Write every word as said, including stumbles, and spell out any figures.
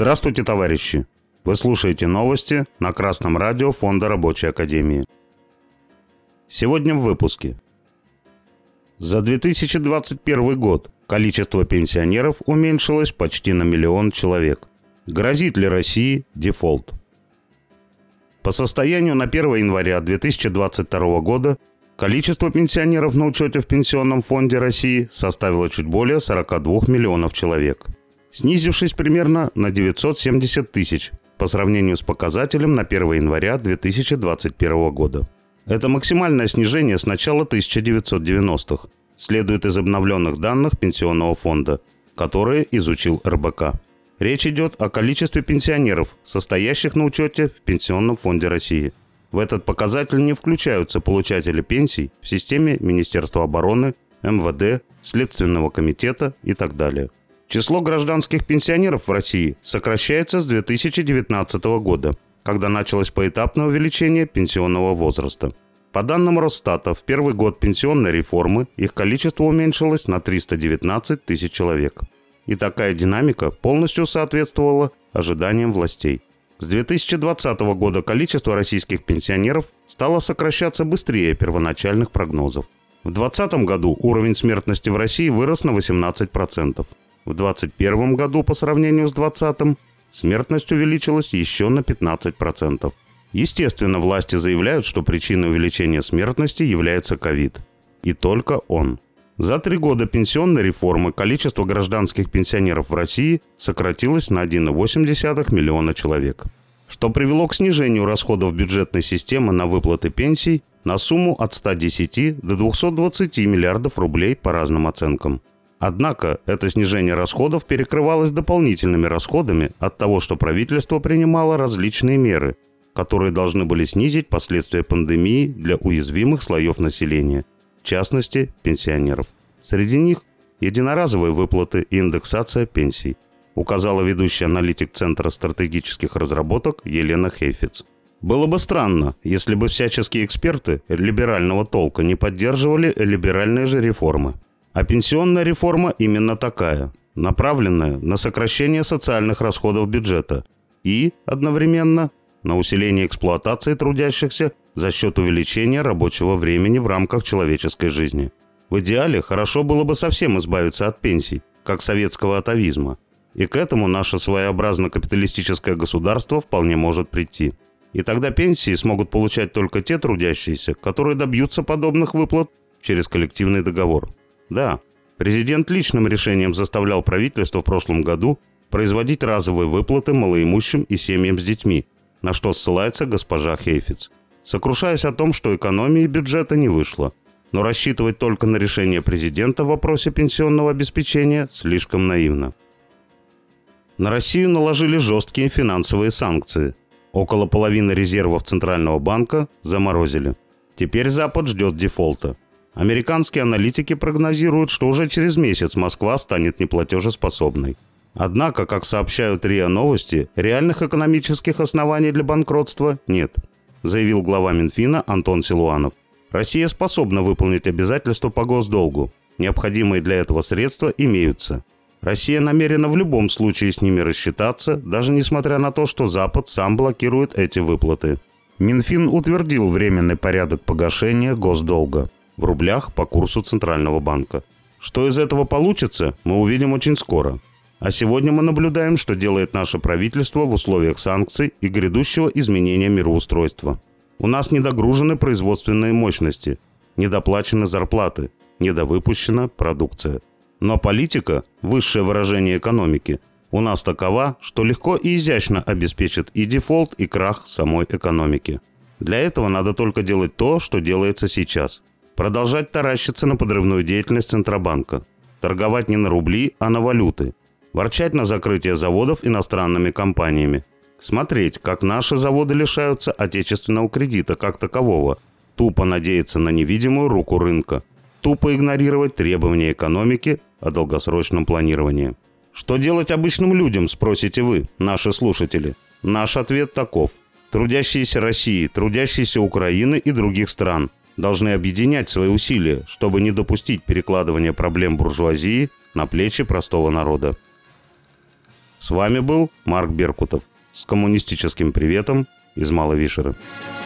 Здравствуйте, товарищи! Вы слушаете новости на Красном радио Фонда Рабочей Академии. Сегодня в выпуске. За две тысячи двадцать первый год количество пенсионеров уменьшилось почти на миллион человек. Грозит ли России дефолт? По состоянию на первое января две тысячи двадцать второго года количество пенсионеров на учете в Пенсионном фонде России составило чуть более сорока двух миллионов человек, снизившись примерно на девятьсот семьдесят тысяч по сравнению с показателем на первое января две тысячи двадцать первого года. Это максимальное снижение с начала тысяча девятьсот девяностых, следует из обновленных данных Пенсионного фонда, которые изучил эр бэ ка. Речь идет о количестве пенсионеров, состоящих на учете в Пенсионном фонде России. В этот показатель не включаются получатели пенсий в системе Министерства обороны, эм вэ дэ, Следственного комитета и так далее. Число гражданских пенсионеров в России сокращается с две тысячи девятнадцатого года, когда началось поэтапное увеличение пенсионного возраста. По данным Росстата, в первый год пенсионной реформы их количество уменьшилось на триста девятнадцать тысяч человек. И такая динамика полностью соответствовала ожиданиям властей. С две тысячи двадцатого года количество российских пенсионеров стало сокращаться быстрее первоначальных прогнозов. В две тысячи двадцатом году уровень смертности в России вырос на восемнадцать процентов. В две тысячи двадцать первом году по сравнению с две тысячи двадцатым смертность увеличилась еще на пятнадцать процентов. Естественно, власти заявляют, что причиной увеличения смертности является ковид. И только он. За три года пенсионной реформы количество гражданских пенсионеров в России сократилось на один целых восемь десятых миллиона человек, что привело к снижению расходов бюджетной системы на выплаты пенсий на сумму от ста десяти до двухсот двадцати миллиардов рублей по разным оценкам. Однако это снижение расходов перекрывалось дополнительными расходами от того, что правительство принимало различные меры, которые должны были снизить последствия пандемии для уязвимых слоев населения, в частности, пенсионеров. Среди них единоразовые выплаты и индексация пенсий, указала ведущий аналитик Центра стратегических разработок Елена Хейфиц. Было бы странно, если бы всяческие эксперты либерального толка не поддерживали либеральные же реформы. А пенсионная реформа именно такая, направленная на сокращение социальных расходов бюджета и, одновременно, на усиление эксплуатации трудящихся за счет увеличения рабочего времени в рамках человеческой жизни. В идеале хорошо было бы совсем избавиться от пенсий, как советского атавизма, и к этому наше своеобразно-капиталистическое государство вполне может прийти. И тогда пенсии смогут получать только те трудящиеся, которые добьются подобных выплат через коллективный договор. Да, президент личным решением заставлял правительство в прошлом году производить разовые выплаты малоимущим и семьям с детьми, на что ссылается госпожа Хейфиц, сокрушаясь о том, что экономии бюджета не вышло. Но рассчитывать только на решение президента в вопросе пенсионного обеспечения слишком наивно. На Россию наложили жесткие финансовые санкции. Около половины резервов Центрального банка заморозили. Теперь Запад ждет дефолта. Американские аналитики прогнозируют, что уже через месяц Москва станет неплатежеспособной. Однако, как сообщают РИА Новости, реальных экономических оснований для банкротства нет, заявил глава Минфина Антон Силуанов. Россия способна выполнить обязательства по госдолгу. Необходимые для этого средства имеются. Россия намерена в любом случае с ними рассчитаться, даже несмотря на то, что Запад сам блокирует эти выплаты. Минфин утвердил временный порядок погашения госдолга в рублях по курсу Центрального банка. Что из этого получится, мы увидим очень скоро. А сегодня мы наблюдаем, что делает наше правительство в условиях санкций и грядущего изменения мироустройства. У нас недогружены производственные мощности, недоплачены зарплаты, недовыпущена продукция. Но политика, высшее выражение экономики, у нас такова, что легко и изящно обеспечит и дефолт, и крах самой экономики. Для этого надо только делать то, что делается сейчас. Продолжать таращиться на подрывную деятельность Центробанка. Торговать не на рубли, а на валюты. Ворчать на закрытие заводов иностранными компаниями. Смотреть, как наши заводы лишаются отечественного кредита как такового. Тупо надеяться на невидимую руку рынка. Тупо игнорировать требования экономики о долгосрочном планировании. Что делать обычным людям, спросите вы, наши слушатели? Наш ответ таков. Трудящиеся России, трудящиеся Украины и других стран должны объединять свои усилия, чтобы не допустить перекладывания проблем буржуазии на плечи простого народа. С вами был Марк Беркутов с коммунистическим приветом из Малой Вишеры.